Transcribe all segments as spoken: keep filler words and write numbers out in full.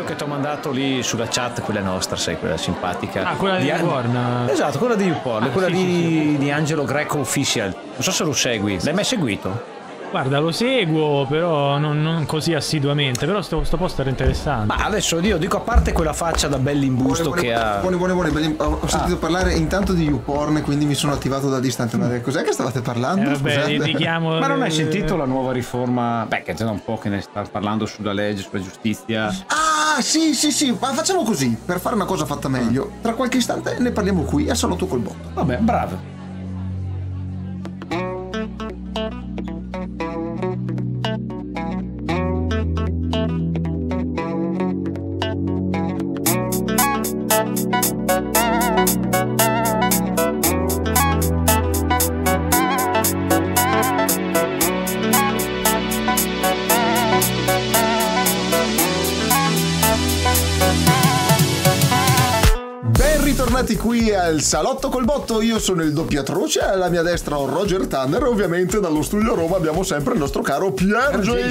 che ti ho mandato lì sulla chat, quella nostra, sai, quella simpatica. Ah, quella di YouPorn. Esatto, quella di YouPorn, Ah, quella sì, di, sì, sì. di Angelo Greco Official. Non so se lo segui. L'hai mai seguito? Guarda, lo seguo, però non, non così assiduamente. Però sto, sto posto era interessante. Ma adesso io dico, a parte quella faccia da bell'imbusto Buone, che ha. buone, buone, buone, buone. Ho, ho sentito Ah. parlare intanto di YouPorn, quindi mi sono attivato da distante. Ma cos'è che stavate parlando? Eh, vabbè, Scusate. indichiamo. Ma non hai sentito la nuova riforma? Beh, che è già da un po' che ne sta parlando sulla legge, sulla giustizia. Ah, sì, sì, sì, ma facciamo così, per fare una cosa fatta meglio. Tra qualche istante ne parliamo qui a Salotto col Botto. Vabbè, bravo. Bentornati qui al Salotto col Botto, io sono il doppiatroce, alla mia destra ho Roger Tanner e ovviamente dallo studio Roma abbiamo sempre il nostro caro Pier J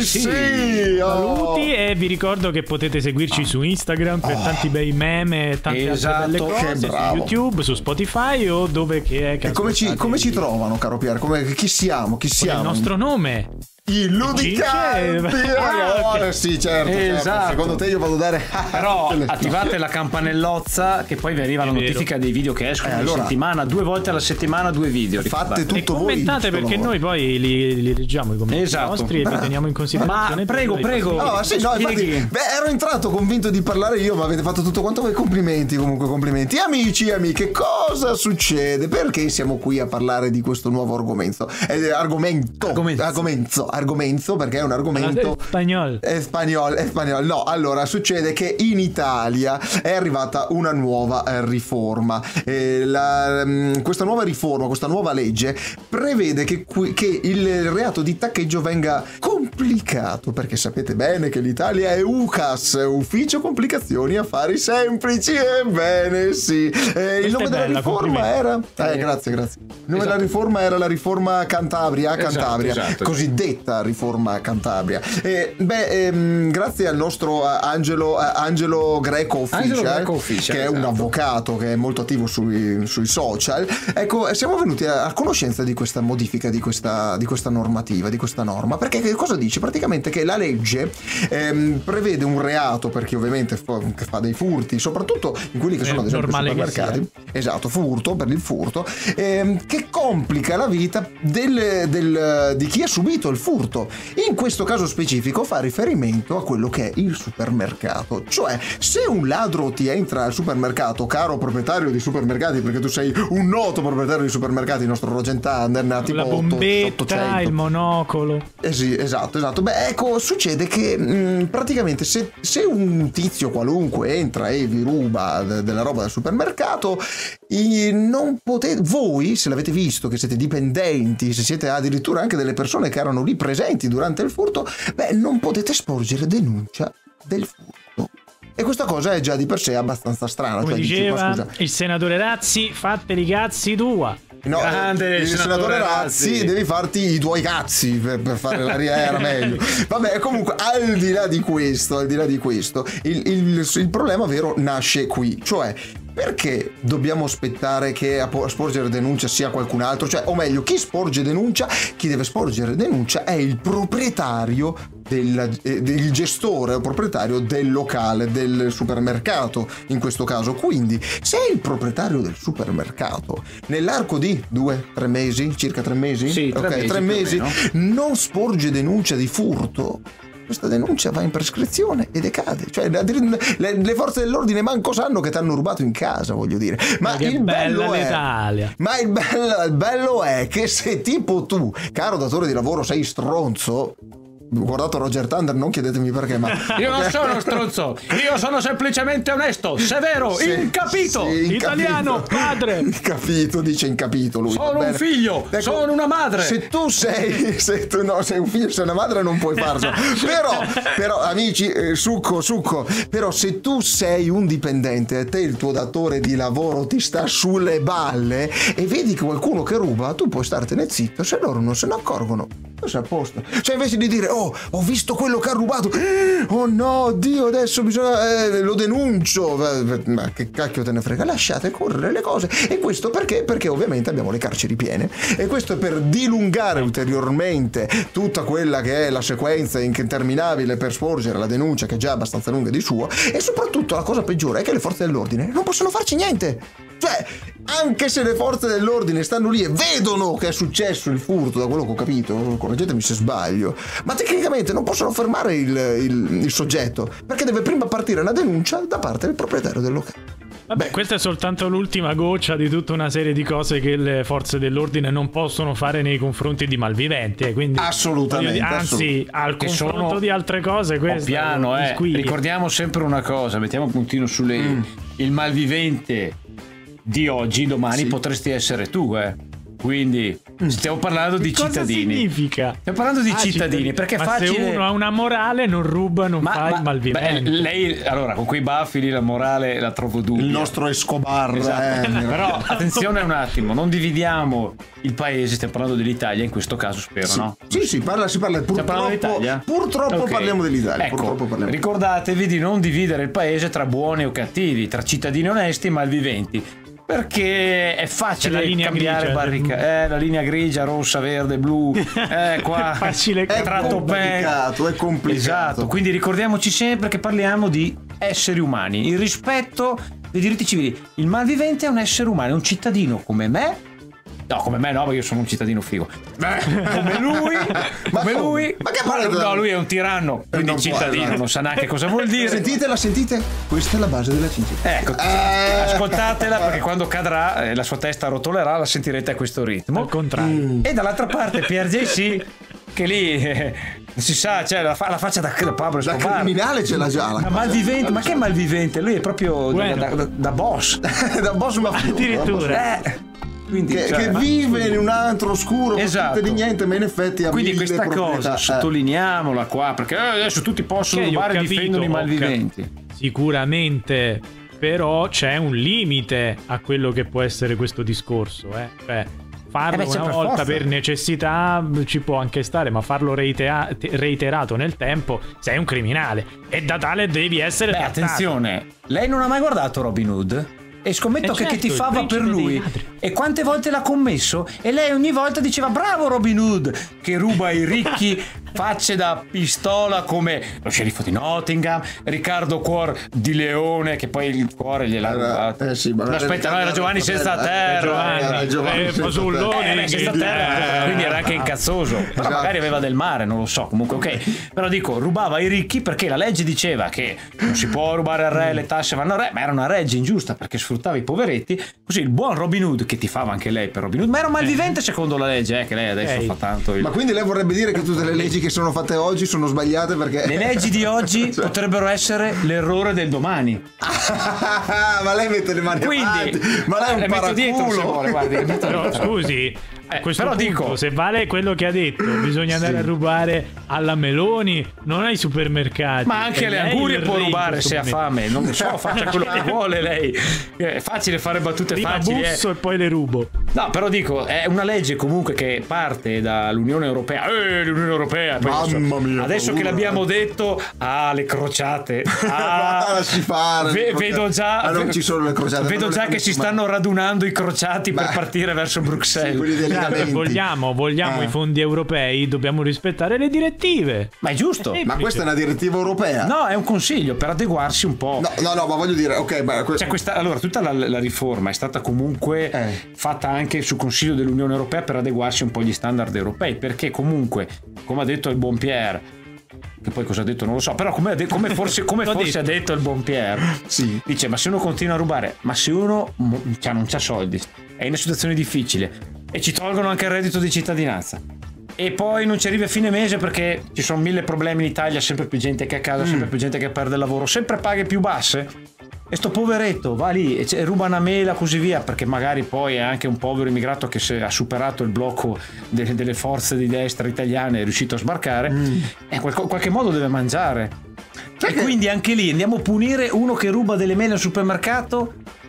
C. Oh. Saluti e vi ricordo che potete seguirci su Instagram per Oh. tanti bei meme e tante Esatto, altre belle che cose, su bravo. YouTube, su Spotify o dove che è che E come ci, ascoltate come ci il- trovano, caro Pier? Come, chi siamo? Chi con siamo? il nostro nome. I ludicanti! Cinque. Ah, ok. Eh, sì, certo, certo. Esatto. Secondo te io vado a dare. Però No. attivate la campanellozza che poi vi arriva la È vero. notifica dei video che escono Eh, in allora- settimana, due volte alla settimana, due video. Fate E tutto voi. commentate sto perché lavoro. noi poi li, li leggiamo i commenti Esatto. nostri e li teniamo in considerazione. Ma prego, per- prego. No, sì, no, infatti, Spieghi. beh, ero entrato convinto di parlare io, ma avete fatto tutto quanto voi. Complimenti, comunque, complimenti. Amici e amiche, cosa succede? Perché siamo qui a parlare di questo nuovo argomento? Eh, argomento. Argomento. Argomento. Argomento, perché è un argomento. Spagnolo. È spagnolo, è spagnolo. No, allora succede che in Italia è arrivata una nuova eh, riforma. Eh, la, mm, questa nuova riforma, questa nuova legge prevede che, qui- che il reato di taccheggio venga complicato, perché sapete bene che l'Italia è U C A S, Ufficio Complicazioni Affari Semplici. Ebbene sì. Eh, il Questa nome è della bella, riforma era. complimenti. Eh, grazie, grazie. Il nome Esatto. della riforma era la riforma Cantabria, Esatto, Cantabria, esatto. cosiddetta riforma Cantabria. Eh, beh, ehm, grazie al nostro eh, Angelo, eh, Angelo Greco Official, Angelo Greco Official, che è un esatto. avvocato che è molto attivo sui, sui social, ecco, siamo venuti a, a conoscenza di questa modifica, di questa, di questa normativa, di questa norma, perché che cosa dice? Praticamente che la legge ehm, prevede un reato per chi ovviamente fa, che fa dei furti, soprattutto in quelli che È sono ad esempio i normale che supermercati, esatto, furto, per il furto, ehm, che complica la vita del, del, di chi ha subito il furto. In questo caso specifico fa riferimento a quello che è il supermercato, cioè se un ladro ti entra al supermercato, caro proprietario di supermercati, perché tu sei un noto proprietario di supermercati, il nostro Roger Tanner, ne ha tipo La otto- bombetta, ottocento. il monocolo. Eh sì, esatto, esatto. Beh, ecco, succede che mh, praticamente se, se un tizio qualunque entra e vi ruba de- della roba del supermercato, i- non potete, voi, se l'avete visto, che siete dipendenti, se siete addirittura anche delle persone che erano lì presenti durante il furto, beh, non potete sporgere denuncia del furto. E questa cosa è già di per sé abbastanza strana. Come cioè, dici, ma diceva scusa, il senatore Razzi, fatteli i cazzi tua. no, Grande il senatore senatore Razzi, Razzi. devi farti i tuoi cazzi per, per fare la era meglio. Vabbè, comunque, al di là di questo, al di là di questo, il, il, il problema vero nasce qui, cioè perché dobbiamo aspettare che a po- sporgere denuncia sia qualcun altro? Cioè, o meglio, chi sporge denuncia, chi deve sporgere denuncia è il proprietario del, eh, del gestore o proprietario del locale, del supermercato in questo caso. Quindi se il proprietario del supermercato nell'arco di due, tre mesi, circa tre mesi, Sì, tre ok, mesi tre più o mesi meno. non sporge denuncia di furto, questa denuncia va in prescrizione e decade. Cioè le, le- le forze dell'ordine manco sanno che ti hanno rubato in casa, voglio dire. Ma Ma che il bello bella è l'Italia. ma il bello, il bello è che se tipo tu, caro datore di lavoro, sei stronzo, guardato Roger Thunder, non chiedetemi perché, ma Io non sono stronzo, io sono semplicemente onesto, severo, Sì, incapito. sì, incapito. Italiano, padre. Incapito, dice incapito lui. Sono va un bene. figlio, Ecco, sono una madre. Se tu sei, se tu no, sei un figlio, sei una madre, non puoi farlo. Però, però, amici, eh, succo, succo. Però, se tu sei un dipendente e te il tuo datore di lavoro ti sta sulle balle e vedi che qualcuno che ruba, tu puoi startene zitto se loro non se ne accorgono. Questo è a posto. Cioè invece di dire oh ho visto quello che ha rubato, oh no Dio adesso bisogna eh, lo denuncio, ma che cacchio te ne frega, lasciate correre le cose. E questo perché? Perché ovviamente abbiamo le carceri piene, e questo è per dilungare ulteriormente tutta quella che è la sequenza interminabile per sporgere la denuncia, che è già abbastanza lunga di suo. E soprattutto la cosa peggiore è che le forze dell'ordine non possono farci niente. Cioè, anche se le forze dell'ordine stanno lì e vedono che è successo il furto, da quello che ho capito, correggetemi se sbaglio, ma tecnicamente non possono fermare il, il, il soggetto, perché deve prima partire una denuncia da parte del proprietario del locale. Vabbè, questa è soltanto l'ultima goccia di tutta una serie di cose che le forze dell'ordine non possono fare nei confronti di malviventi, eh, quindi assolutamente, anzi, al che confronto sono di altre cose, questo piano, eh. Ricordiamo sempre una cosa, mettiamo un puntino sulle mm. il malvivente di oggi, domani sì. potresti essere tu, eh. Quindi stiamo parlando di cosa cittadini. Significa? Stiamo parlando di ah, cittadini, cittadini, perché è ma facile. Se uno ha una morale, non ruba, non ma, fa ma, il malvivente. Beh, lei, allora, con quei baffi lì la morale la trovo dubbia. Il nostro Escobar. Esatto. Eh. Però attenzione un attimo, non dividiamo il paese, stiamo parlando dell'Italia in questo caso, spero, sì. no? Sì, sì, parla, si parla purtroppo. Purtroppo okay. parliamo dell'Italia. Ecco, purtroppo parliamo. Ricordatevi di non dividere il paese tra buoni o cattivi, tra cittadini onesti e malviventi. Perché è facile cambiare barrica, eh, la linea grigia, rossa, verde, blu, eh, qua facile è complicato, è complicato. Esatto, quindi ricordiamoci sempre che parliamo di esseri umani, il rispetto dei diritti civili. Il malvivente è un essere umano, è un cittadino come me. No, come me no, perché io sono un cittadino figo. Come lui, ma come lui. Ma che ma no, no, lui è un tiranno, quindi non cittadino, può, non sa neanche cosa vuol dire. Sentitela, sentite? Questa è la base della cincia. Ecco, eh. ascoltatela perché quando cadrà eh, la sua testa rotolerà, la sentirete a questo ritmo. Al contrario. Mm. E dall'altra parte P R J C che lì eh, non si sa, cioè la, fa- la faccia da, da Pablo Escobar. Da criminale ce l'ha già. Da malvivente, ma che malvivente? Lui è proprio bueno. da, da, da boss. Da boss mafioso. Addirittura. Eh. Quindi, che, cioè, che vive in un antro oscuro, esatto, di niente, ma in effetti ha quindi mille questa proprietà. cosa sottolineiamola qua, perché adesso tutti possono che rubare e capito, difendono i malviventi. Cap- sicuramente, però c'è un limite a quello che può essere questo discorso, eh. Cioè, farlo eh beh, una volta per, per necessità ci può anche stare, ma farlo reitea- reiterato nel tempo sei un criminale e da tale devi essere beh, trattato. Attenzione, lei non ha mai guardato Robin Hood? E scommetto eh che, certo, che tifava per lui. E quante volte l'ha commesso? E lei ogni volta diceva bravo Robin Hood, che ruba ai ricchi facce da pistola come lo sceriffo di Nottingham, Riccardo Cuor di Leone, che poi il cuore gliel'ha rubato. Eh sì, ma no, aspetta, no, era Giovanni senza terra. Giovanni, era Giovanni eh, Fasulloni eh, senza terra. Quindi era anche incazzoso. Però esatto, magari aveva del mare, non lo so. Comunque, ok. Però dico, rubava ai ricchi perché la legge diceva che non si può rubare al re, le tasse vanno al re, ma era una legge ingiusta perché sfruttava i poveretti. Così il buon Robin Hood, che tifava anche lei per Robin Hood, ma era un malvivente secondo la legge, eh, che lei adesso Ehi. fa tanto il... Ma quindi lei vorrebbe dire che tutte le leggi che sono fatte oggi sono sbagliate perché le leggi di oggi cioè... potrebbero essere l'errore del domani. Ma lei mette le mani quindi avanti. Ma lei è un le metto dietro se paraculo. vuole, guardi, le metto Però dietro. scusi, a questo però punto, dico, se vale quello che ha detto, bisogna andare sì. a rubare alla Meloni, non ai supermercati. ma anche E le lei angurie il può re in rubare questo se ha momento. fame, non lo so, faccia quello che vuole lei. È facile fare battute Prima facili. busso eh. e poi le rubo. No, però dico, è una legge comunque che parte dall'Unione Europea. Eh, l'Unione Europea. Poi Mamma adesso, mia, adesso che l'abbiamo detto, ah, le crociate. Ah, lasci fare. ve- vedo già, ma non ci sono le crociate. vedo già che si stanno radunando i crociati ma, per partire verso Bruxelles. Sì, quelli dei Cioè, legamenti. vogliamo, vogliamo Eh. i fondi europei, dobbiamo rispettare le direttive. Ma è giusto. Sì. Ma questa è una direttiva europea? No, è un consiglio per adeguarsi un po'. No, no, no, ma voglio dire, ok, ma que- Cioè questa, allora, tutta la, la riforma è stata comunque Eh. fatta anche sul Consiglio dell'Unione Europea per adeguarsi un po' agli standard europei, perché comunque, come ha detto il buon Pierre, che poi cosa ha detto non lo so, però come, ha de- come forse, come forse ha detto il buon Pierre, sì. dice, ma se uno continua a rubare, ma se uno mo- cioè, non c'ha soldi, è in una situazione difficile e ci tolgono anche il reddito di cittadinanza e poi non ci arriva a fine mese perché ci sono mille problemi in Italia, sempre più gente che è a casa, mm. sempre più gente che perde il lavoro, sempre paghe più basse. E sto poveretto va lì e ruba una mela così via, perché magari poi è anche un povero immigrato che se ha superato il blocco de- delle forze di destra italiane, è riuscito a sbarcare mm. e in qual- qualche modo deve mangiare. Cioè e che... quindi anche lì andiamo a punire uno che ruba delle mele al supermercato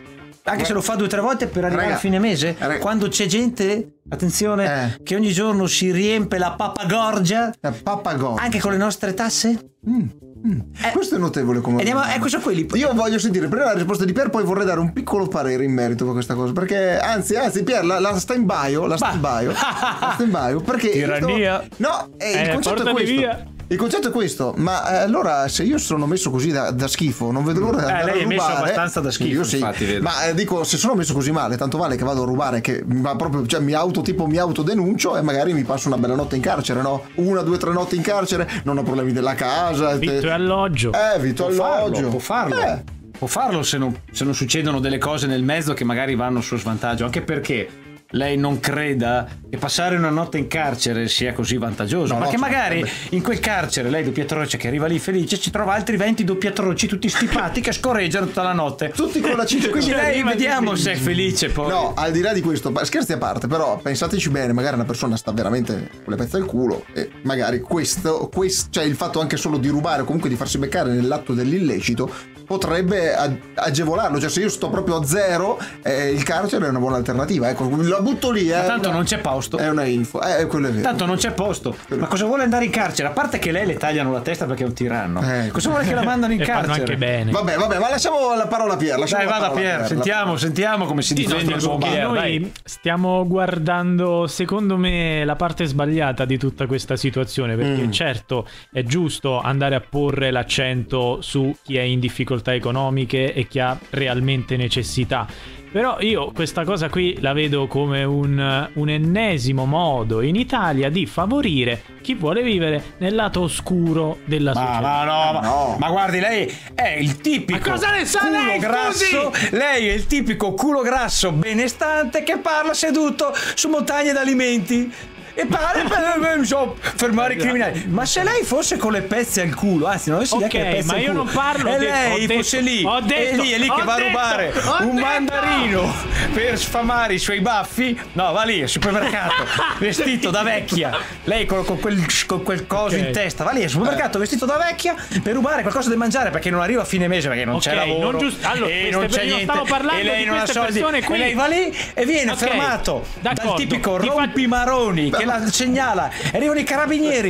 Anche se lo fa due o tre volte per arrivare Raga, a fine mese, raga. quando c'è gente, attenzione, Eh. che ogni giorno si riempie la pappagorgia, Eh, Papagorgia. anche con le nostre tasse. Mm, mm. Eh. Questo è notevole come Andiamo, domanda. ecco, sono quelli. Io voglio sentire prima la risposta di Pier, poi vorrei dare un piccolo parere in merito a questa cosa. Perché, anzi, anzi, Pier, la, la sta in bio, la sta in bio, la sta in bio, perché Tirannia. No, eh, il Eh, concetto è portami questo. via. Il concetto è questo, ma eh, allora se io sono messo così da, da schifo, non vedo l'ora di Eh, andare lei a è messo rubare. abbastanza da schifo, Io sì, infatti, vedo. ma eh, dico, se sono messo così male, tanto vale che vado a rubare, che ma proprio, cioè, mi auto tipo mi autodenuncio e magari mi passo una bella notte in carcere, no? Una, due, tre notti in carcere, non ho problemi della casa. Vitto e alloggio. Eh, vitto e Può farlo, alloggio. può farlo. Eh. Può farlo se non, se non succedono delle cose nel mezzo che magari vanno a suo svantaggio, anche perché lei non creda che passare una notte in carcere sia così vantaggioso, No, perché no, magari vabbè. in quel carcere lei doppiatroce che arriva lì felice ci trova altri venti doppiatroci tutti stipati che scorreggiano tutta la notte, Tutti con la ciccia. quindi lei arriva vediamo di se è felice poi. No, al di là di questo, ma scherzi a parte, però pensateci bene, magari una persona sta veramente con le pezze al culo e magari questo, questo, cioè il fatto anche solo di rubare o comunque di farsi beccare nell'atto dell'illecito potrebbe ag- agevolarlo, cioè se io sto proprio a zero eh, il carcere è una buona alternativa, ecco, la butto lì, eh, Ma tanto una- non c'è posto. è una info, eh, quello è vero. Tanto non c'è posto. Ma cosa vuole andare in carcere? A parte che lei le tagliano la testa perché è un tiranno. Eh. Cosa vuole che la mandano in E fanno carcere? anche bene. Vabbè, vabbè, ma lasciamo la parola a Pier. lasciamo Dai, la vada parola a Pier, sentiamo, la- sentiamo come si difende il buon Perché Pier. noi Dai. stiamo guardando, secondo me, la parte sbagliata di tutta questa situazione, perché Mm. certo è giusto andare a porre l'accento su chi è in difficoltà economiche e chi ha realmente necessità. Però io questa cosa qui la vedo come un, un ennesimo modo in Italia di favorire chi vuole vivere nel lato oscuro della Ma, società. ma no, ma, No. ma guardi, lei è il tipico Ma cosa ne sa culo lei, grasso. scusi? Lei è il tipico culo grasso benestante che parla seduto su montagne d'alimenti. E parla per so, fermare i criminali. Ma se lei fosse con le pezze al culo, anzi, non avessi Ok, neanche le pezze ma al io culo, non parlo, e ho detto- lei ho detto- fosse lì, ho e detto- lì è lì che ho va a detto- rubare ho un detto- mandarino per sfamare i suoi baffi, no, va lì al supermercato vestito da vecchia. Lei con, con quel, con quel coso Ok. in testa, va lì al supermercato vestito da vecchia per rubare qualcosa da mangiare perché non arriva a fine mese perché non Ok, c'è lavoro non giusto- allora, e queste non c'è per- io niente stavo parlando e lei di non ha queste soldi persone qui. e lei va lì e viene Ok, fermato dal d'accordo. tipico Ti fa- rompimaroni che la segnala, arrivano i carabinieri,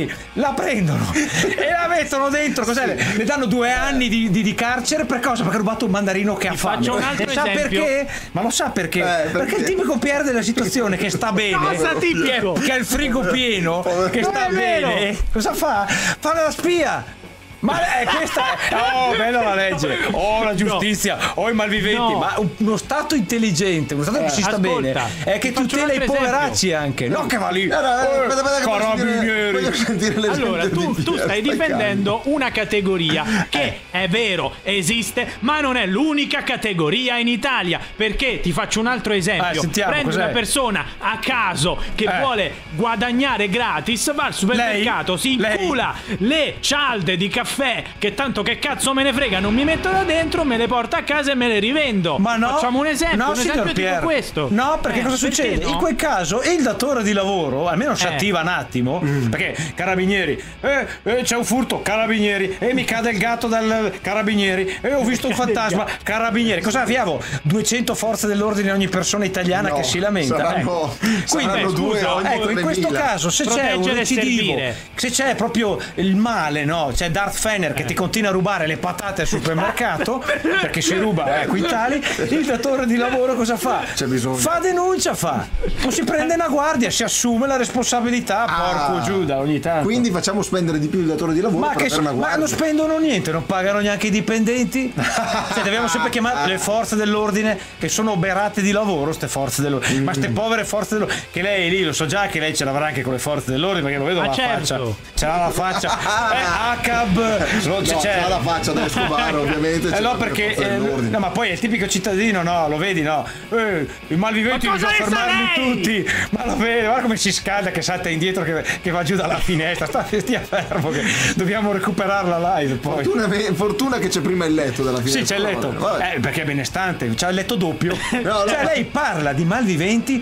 la prendono e la mettono dentro, cos'è? Le, le danno due anni di, di, di carcere per cosa? Perché ha rubato un mandarino che ha fame. faccio un altro E sa esempio. perché? Ma lo sa perché? Eh, perché? Perché il tipico Pier della situazione che sta bene, Cosa tipico? che, che ha il frigo pieno, che Non sta è vero. bene, cosa fa? Fa la spia. Ma è questa oh, bella la legge, oh la giustizia, oh i malviventi, No. ma un- uno stato intelligente, uno stato che si sta ascolta, bene è che ti faccio tutela un i altro poveracci anche, no che va lì, Eh, no, eh, aspetta, aspetta, che voglio sentire- carabinieri. voglio sentire l'esempio Allora, di tu, tu Pier, stai stai difendendo una categoria che è vero, esiste, ma non è l'unica categoria in Italia. Perché ti faccio un altro esempio. Eh, sentiamo, Prendi cos'è? una persona a caso che Eh. vuole guadagnare gratis, va al supermercato, Lei? si incula le cialde di caffè che tanto che cazzo me ne frega, non mi metto là dentro, me le porto a casa e me le rivendo. Ma no, Facciamo un esempio, no, un signor esempio tipo Pier. questo. No, perché Eh, cosa perché succede? no? In quel caso il datore di lavoro almeno si Eh. attiva un attimo, perché carabinieri, eh, eh, c'è un furto, carabinieri, e mi cade il gatto dal carabinieri, e ho visto un fantasma, carabinieri. Cosa abbiamo? duecento forze dell'ordine ogni persona italiana No, che si lamenta. saranno- Ecco. saranno Quindi, due scusa, ogni ecco, in questo tremila. caso se c'è un Proteggere e recidivo, servire. se c'è proprio il male, no? C'è Darth Fener che ti continua a rubare le patate al supermercato perché si ruba eh, quintali, il datore di lavoro cosa fa? C'è bisogno. Fa denuncia, fa. O si prende una guardia, si assume la responsabilità, porco Ah, Giuda, ogni tanto. Quindi facciamo spendere di più il datore di lavoro ma, per che, avere una ma guardia. non spendono niente, non pagano neanche i dipendenti. Cioè, dobbiamo sempre chiamare le forze dell'ordine che sono oberate di lavoro, ste forze dell'ordine. Ma ste povere forze dell'ordine. Che lei lì, lo so già che lei ce l'avrà anche con le forze dell'ordine, perché lo vedo Ma la certo. faccia. Ce l'ha la faccia. Eh, A C A B. Non c'è, No, c'è. c'ha la faccia da Escobar, ovviamente. Eh c'è no, sempre perché forze eh, dell'ordine. no, ma poi è il tipico cittadino, no, lo vedi, no? Eh, i malviventi Ma bisogna cosa ne sa fermarli lei? tutti. Ma lo vedi, guarda come si scalda, che salta indietro, che, che va giù dalla finestra. Sta, stia fermo, che dobbiamo recuperarla live poi. Fortuna, fortuna che c'è prima il letto della fine. Sì, c'è il letto. Vabbè. Eh, perché è benestante, c'ha il letto doppio. No, Cioè, no. lei parla di malviventi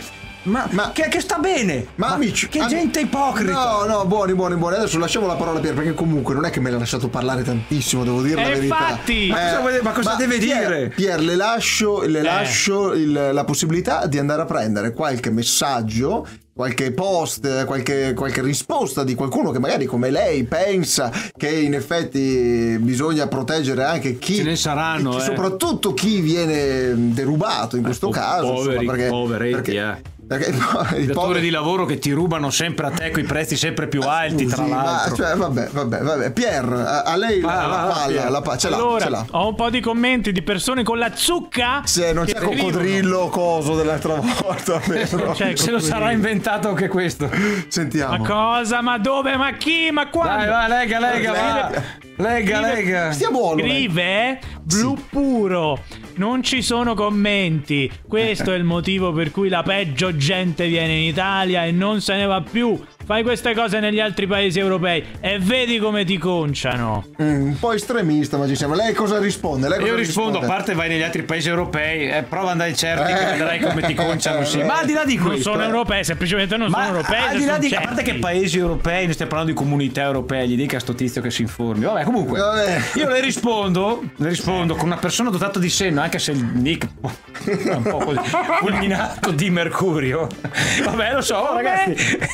Ma, ma che, che sta bene? Ma, ma amici, che am- gente ipocrita! No, no, buoni, buoni, buoni. Adesso lasciamo la parola a Pier, perché comunque non è che me l'ha lasciato parlare tantissimo, devo dire eh, la verità. Infatti! Ma cosa, vuole, ma cosa ma deve Pier, dire? Pier, le lascio, le eh. lascio il, la possibilità di andare a prendere qualche messaggio, qualche post, qualche, qualche risposta di qualcuno che magari come lei pensa che in effetti bisogna proteggere anche chi, ce ne saranno, chi, eh. soprattutto chi viene derubato in questo eh, caso, poveri, insomma, perché, poveretti, perché, eh. perché no, i datori di lavoro che ti rubano sempre a te coi prezzi sempre più alti, scusi, tra l'altro. ma, cioè, vabbè, vabbè, vabbè. Pier, a, a lei Va, la, va, la palla, Pier. la palla, ce l'ha, allora, ce l'ha. ho un po' di commenti di persone con la zucca. Se non che c'è scrivono. coccodrillo coso dell'altra volta, vero? C'è Se lo sarà inventato anche questo. Sentiamo. Ma cosa? Ma dove? Ma chi? Ma quando? Dai, va, lega, lega, va. Lega, lega. Stia buono. Scrive blu puro. Non ci sono commenti. Questo è il motivo per cui la peggio gente viene in Italia e non se ne va più. Fai queste cose negli altri paesi europei e vedi come ti conciano. Mm, un po' estremista, ma ci siamo. Lei cosa risponde? Lei cosa Io rispondo, risponde? a parte vai negli altri paesi europei, eh, prova ad andare certi che vedrai come ti conciano. Sì. Ma al di là di Non questo, sono eh, europei, semplicemente non ma sono europei. al se di là sono di, a certi. parte che paesi europei, noi stiamo parlando di comunità europee, gli dica a sto tizio che si informi. Vabbè, comunque, Vabbè. io le rispondo, le rispondo con una persona dotata di senno, anche se il nick è un po' così, fulminato di mercurio. Vabbè, lo so, ragazzi.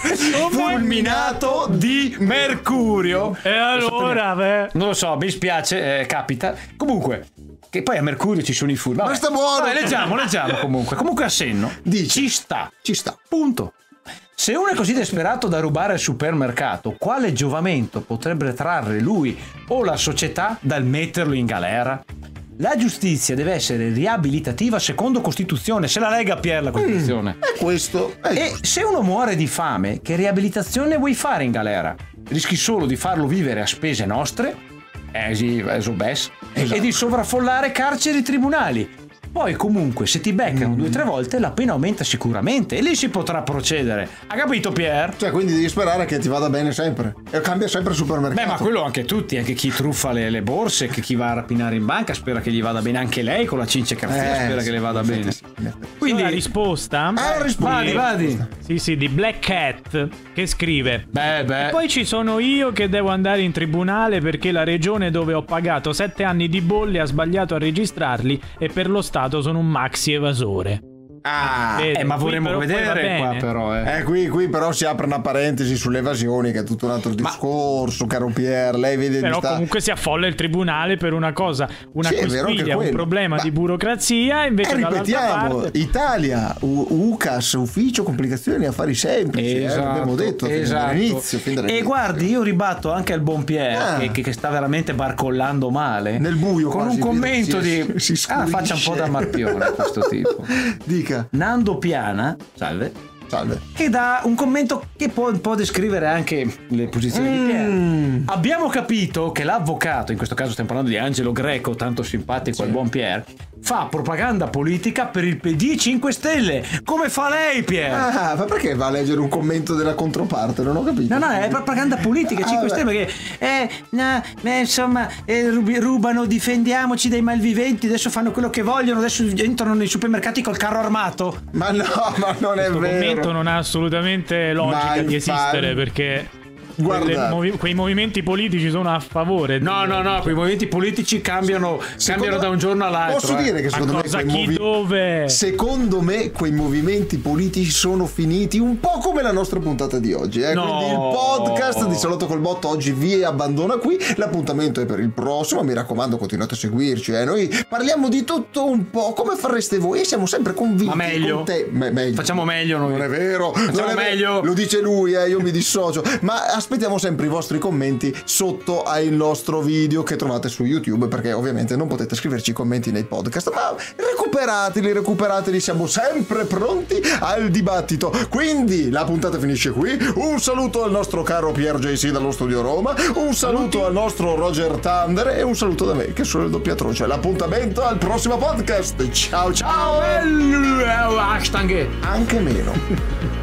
Fulminato di mercurio. E allora, beh. Non lo so, mi spiace, eh, capita. Comunque, che poi a Mercurio ci sono i fulmini. Ma sta buono. Vabbè, leggiamo, leggiamo comunque. Comunque a senno. Dice. Ci sta. Ci sta. Punto. Se uno è così disperato da rubare al supermercato, quale giovamento potrebbe trarre lui o la società dal metterlo in galera? La giustizia deve essere riabilitativa secondo Costituzione. Se la lega, Pier, la Costituzione. È questo. È E se uno muore di fame, che riabilitazione vuoi fare in galera? Rischi solo di farlo vivere a spese nostre, eh sì, esobes, Esatto. e di sovraffollare carceri e tribunali. Poi comunque se ti beccano mm. due o tre volte la pena aumenta sicuramente e lì si potrà procedere. Ha capito, Pier? Cioè, quindi devi sperare che ti vada bene sempre. E cambia sempre il supermercato. Beh, ma quello anche tutti, anche chi truffa le, le borse, che chi va a rapinare in banca spera che gli vada bene, anche lei con la cince caffè Eh, spera sì, che le vada in effetti bene. sì, in effetti. Quindi la risposta. Ah, la risposta. Vadi, vadi. Sì, sì, di Black Cat che scrive: Beh, beh. e poi ci sono io che devo andare in tribunale perché la regione dove ho pagato sette anni di bolle ha sbagliato a registrarli e per lo Stato sono un maxi evasore. Ah, Vedo, Eh, ma qui vorremmo però poi va vedere qua bene. però, eh. Eh, qui, qui però si apre una parentesi sulle evasioni, che è tutto un altro discorso, caro Pier. Lei vede Però di sta... comunque si affolla il tribunale per una cosa, una Sì, è vero anche quisquiglia, un quello. problema Ma- di burocrazia, invece Eh, dall'altra ripetiamo, parte Italia, U- UCAS, Ufficio Complicazioni Affari Semplici, eh, Esatto, l'abbiamo detto fin esatto. dall'inizio, fin E dall'inizio. guardi, io ribatto anche al buon Pier Ah. che, che sta veramente barcollando male Nel buio con quasi, un commento si- di si ah, faccia un po' da marpione questo tipo. Dica, Nando Piana, salve, salve. che dà un commento che può un po' descrivere anche le posizioni di Pier. Mm. Abbiamo capito che l'avvocato, in questo caso stiamo parlando di Angelo Greco, tanto simpatico al buon Pier, fa propaganda politica per il P D cinque Stelle. Come fa lei, Pier? Ah, ma perché va a leggere un commento della controparte? Non ho capito. No, no, è propaganda politica, cinque Ah, Stelle, perché eh, no, eh, insomma, eh, rubi- rubano, difendiamoci dai malviventi, adesso fanno quello che vogliono, adesso entrano nei supermercati col carro armato. Ma no, ma non è questo vero. commento non ha assolutamente logica Ma di infatti- esistere perché Guarda. quelle movi- quei movimenti politici sono a favore. No, no, no, quei movimenti politici cambiano, cambiano da un giorno all'altro. Posso eh. dire che Ma secondo me cosa, quei chi, movi- dove? Secondo me quei movimenti politici sono finiti un po' come la nostra puntata di oggi, eh? No. Quindi il podcast di Salotto col Botto oggi vi abbandona qui. L'appuntamento è per il prossimo, mi raccomando continuate a seguirci, eh? Noi parliamo di tutto un po' come fareste voi e siamo sempre convinti. Ma meglio. con te. Me- meglio. Facciamo meglio noi. Non è vero, Facciamo non è vero. meglio. Lo dice lui, eh, io mi dissocio. Ma aspettiamo sempre i vostri commenti sotto al nostro video che trovate su YouTube, perché ovviamente non potete scriverci i commenti nei podcast, ma recuperateli, recuperateli, siamo sempre pronti al dibattito. Quindi la puntata finisce qui. Un saluto al nostro caro Pier J C dallo studio Roma, un saluto al nostro Roger Thunder e un saluto da me che sono il doppiatroce. L'appuntamento al prossimo podcast. Ciao ciao. Ciao, Hashtag. Anche meno.